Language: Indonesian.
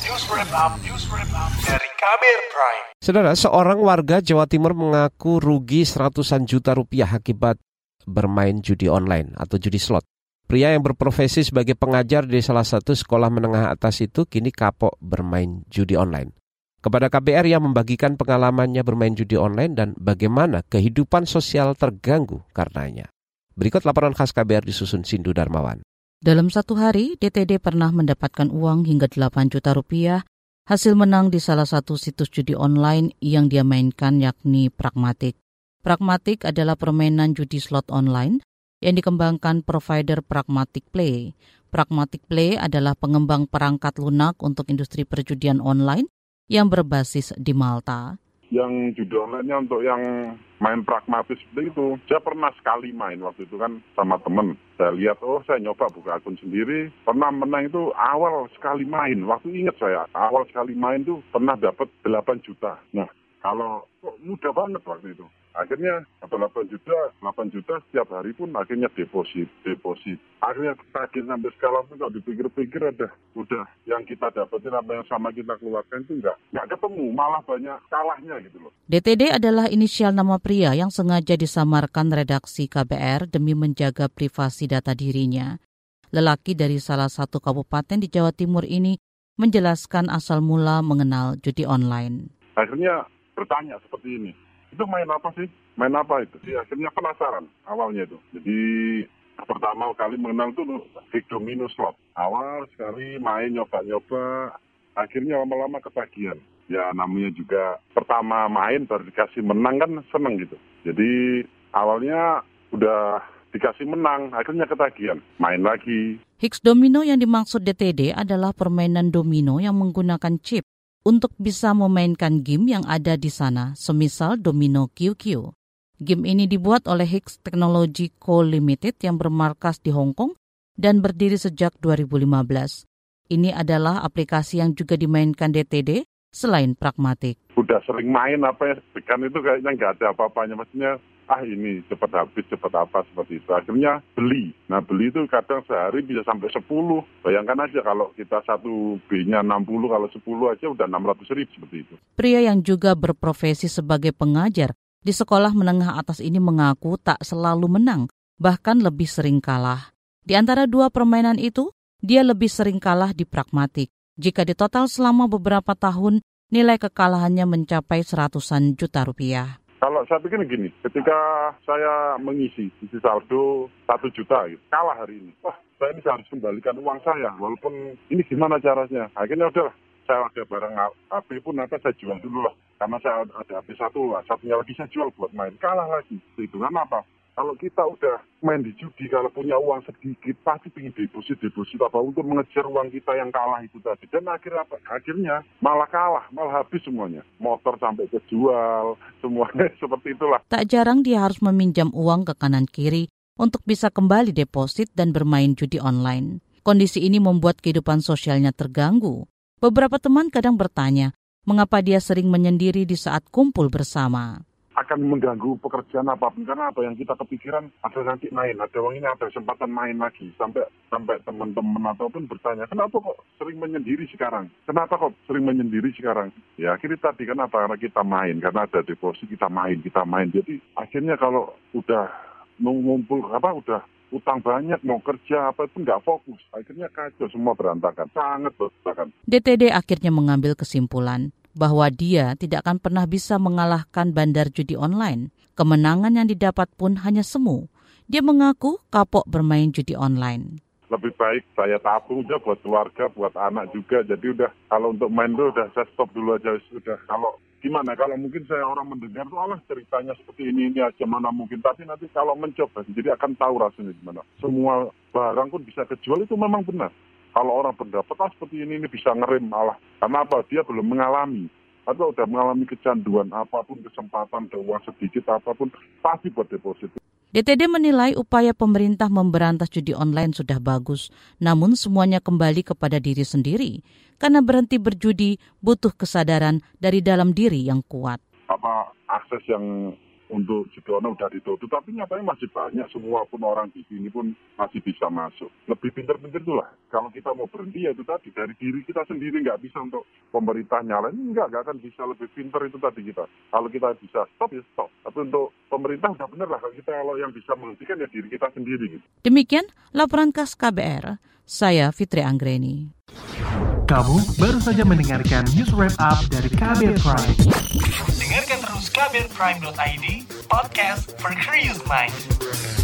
News Wrap Up dari KBR Prime. Saudara, seorang warga Jawa Timur mengaku rugi ratusan juta rupiah akibat bermain judi online atau judi slot. Pria yang berprofesi sebagai pengajar di salah satu sekolah menengah atas itu kini kapok bermain judi online. Kepada KBR ia membagikan pengalamannya bermain judi online dan bagaimana kehidupan sosial terganggu karenanya. Berikut laporan khas KBR disusun Sindu Darmawan. Dalam satu hari, DTD pernah mendapatkan uang hingga 8 juta rupiah hasil menang di salah satu situs judi online yang dia mainkan yakni Pragmatic. Pragmatic adalah permainan judi slot online yang dikembangkan provider Pragmatic Play. Pragmatic Play adalah pengembang perangkat lunak untuk industri perjudian online yang berbasis di Malta. Yang judi online-nya untuk yang main pragmatis seperti itu. Saya pernah sekali main waktu itu kan sama temen. Saya lihat, saya nyoba buka akun sendiri. Pernah menang itu awal sekali main. Waktu ingat saya, awal sekali main tuh pernah dapat 8 juta. Nah, kalau mudah banget waktu itu. Akhirnya 8 juta setiap hari pun akhirnya deposit. Akhirnya tagih sampai sekarang pun kalau dipikir-pikir udah yang kita dapetin apa yang sama kita keluarkan itu nggak ketemu, malah banyak kalahnya gitu loh. DTD adalah inisial nama pria yang sengaja disamarkan redaksi KBR demi menjaga privasi data dirinya. Lelaki dari salah satu kabupaten di Jawa Timur ini menjelaskan asal mula mengenal judi online. Akhirnya bertanya seperti ini. Itu main apa sih? Main apa itu? Akhirnya penasaran awalnya itu. Jadi pertama kali mengenal itu Big Domino Slot. Awal sekali main nyoba-nyoba, akhirnya lama-lama ketagihan. Ya namanya juga pertama main baru dikasih menang kan seneng gitu. Jadi awalnya udah dikasih menang, akhirnya ketagihan. Main lagi. Higgs Domino yang dimaksud DTD adalah permainan domino yang menggunakan chip untuk bisa memainkan game yang ada di sana, semisal Domino QQ. Game ini dibuat oleh Higgs Technology Co. Limited yang bermarkas di Hong Kong dan berdiri sejak 2015. Ini adalah aplikasi yang juga dimainkan DTD selain Pragmatic. Udah sering main kan itu kayaknya nggak ada apa-apanya, maksudnya ini cepat habis, cepat apa seperti itu. Akhirnya beli. Nah beli itu kadang sehari bisa sampai 10. Bayangkan aja kalau kita satu B-nya 60, kalau 10 aja udah 600.000 seperti itu. Pria yang juga berprofesi sebagai pengajar di sekolah menengah atas ini mengaku tak selalu menang, bahkan lebih sering kalah. Di antara dua permainan itu, dia lebih sering kalah di Pragmatic. Jika ditotal selama beberapa tahun, nilai kekalahannya mencapai ratusan juta rupiah. Kalau saya pikir gini, ketika saya mengisi saldo 1 juta, gitu, kalah hari ini. Saya ini harus kembalikan uang saya, walaupun ini gimana caranya. Akhirnya udah, saya ada barang HP pun saya jual dulu lah. Karena saya ada HP satunya lagi saya jual buat main. Kalah lagi. Hitungan apa? Kalau kita udah main di judi, kalau punya uang sedikit, pasti pengen deposit apa untuk mengejar uang kita yang kalah itu tadi. Dan akhirnya malah kalah, malah habis semuanya. Motor sampai kejual, semuanya seperti itulah. Tak jarang dia harus meminjam uang ke kanan kiri untuk bisa kembali deposit dan bermain judi online. Kondisi ini membuat kehidupan sosialnya terganggu. Beberapa teman kadang bertanya, mengapa dia sering menyendiri di saat kumpul bersama. Akan mengganggu pekerjaan apapun, karena apa yang kita kepikiran ada nanti main, ada uang ini, ada kesempatan main lagi, sampai teman-teman ataupun bertanya, kenapa kok sering menyendiri sekarang? Ya akhirnya tadi kenapa? Karena kita main, karena ada deposit kita main. Jadi akhirnya kalau udah ngumpul udah utang banyak, mau kerja apapun nggak fokus, akhirnya kacau, semua berantakan, sangat berantakan. DTD akhirnya mengambil kesimpulan bahwa dia tidak akan pernah bisa mengalahkan bandar judi online. Kemenangan yang didapat pun hanya semu. Dia mengaku kapok bermain judi online. Lebih baik saya tabung aja buat keluarga, buat anak juga. Jadi udah, kalau untuk main tuh udah saya stop dulu aja. Sudah, kalau gimana, kalau mungkin saya orang mendengar tuh ceritanya seperti ini aja, mana mungkin. Tapi nanti kalau mencoba, jadi akan tahu rasanya gimana. Semua barang pun bisa kejual, itu memang benar. Kalau orang berpendapat seperti ini bisa ngerem malah. Karena apa? Dia belum mengalami. Atau udah mengalami kecanduan apapun, kesempatan, ada uang sedikit apapun, pasti buat deposit. DTD menilai upaya pemerintah memberantas judi online sudah bagus. Namun semuanya kembali kepada diri sendiri. Karena berhenti berjudi butuh kesadaran dari dalam diri yang kuat. Akses yang untuk judi online udah ditutup, tapi nyatanya masih banyak, semua pun orang di sini pun masih bisa masuk. Lebih pintar-pintar itulah. Kalau kita mau berhenti ya itu tadi, dari diri kita sendiri, nggak bisa untuk pemerintah nyalain, nggak akan bisa lebih pintar itu tadi kita. Kalau kita bisa stop ya stop. Tapi untuk pemerintah udah bener lah, kalau yang bisa menghentikan ya diri kita sendiri. Gitu. Demikian laporan khas KBR, saya Fitri Anggreni. Kamu baru saja mendengarkan news wrap up dari KBR Prime. Dengarkan terus kbrprime.id, podcast for curious mind.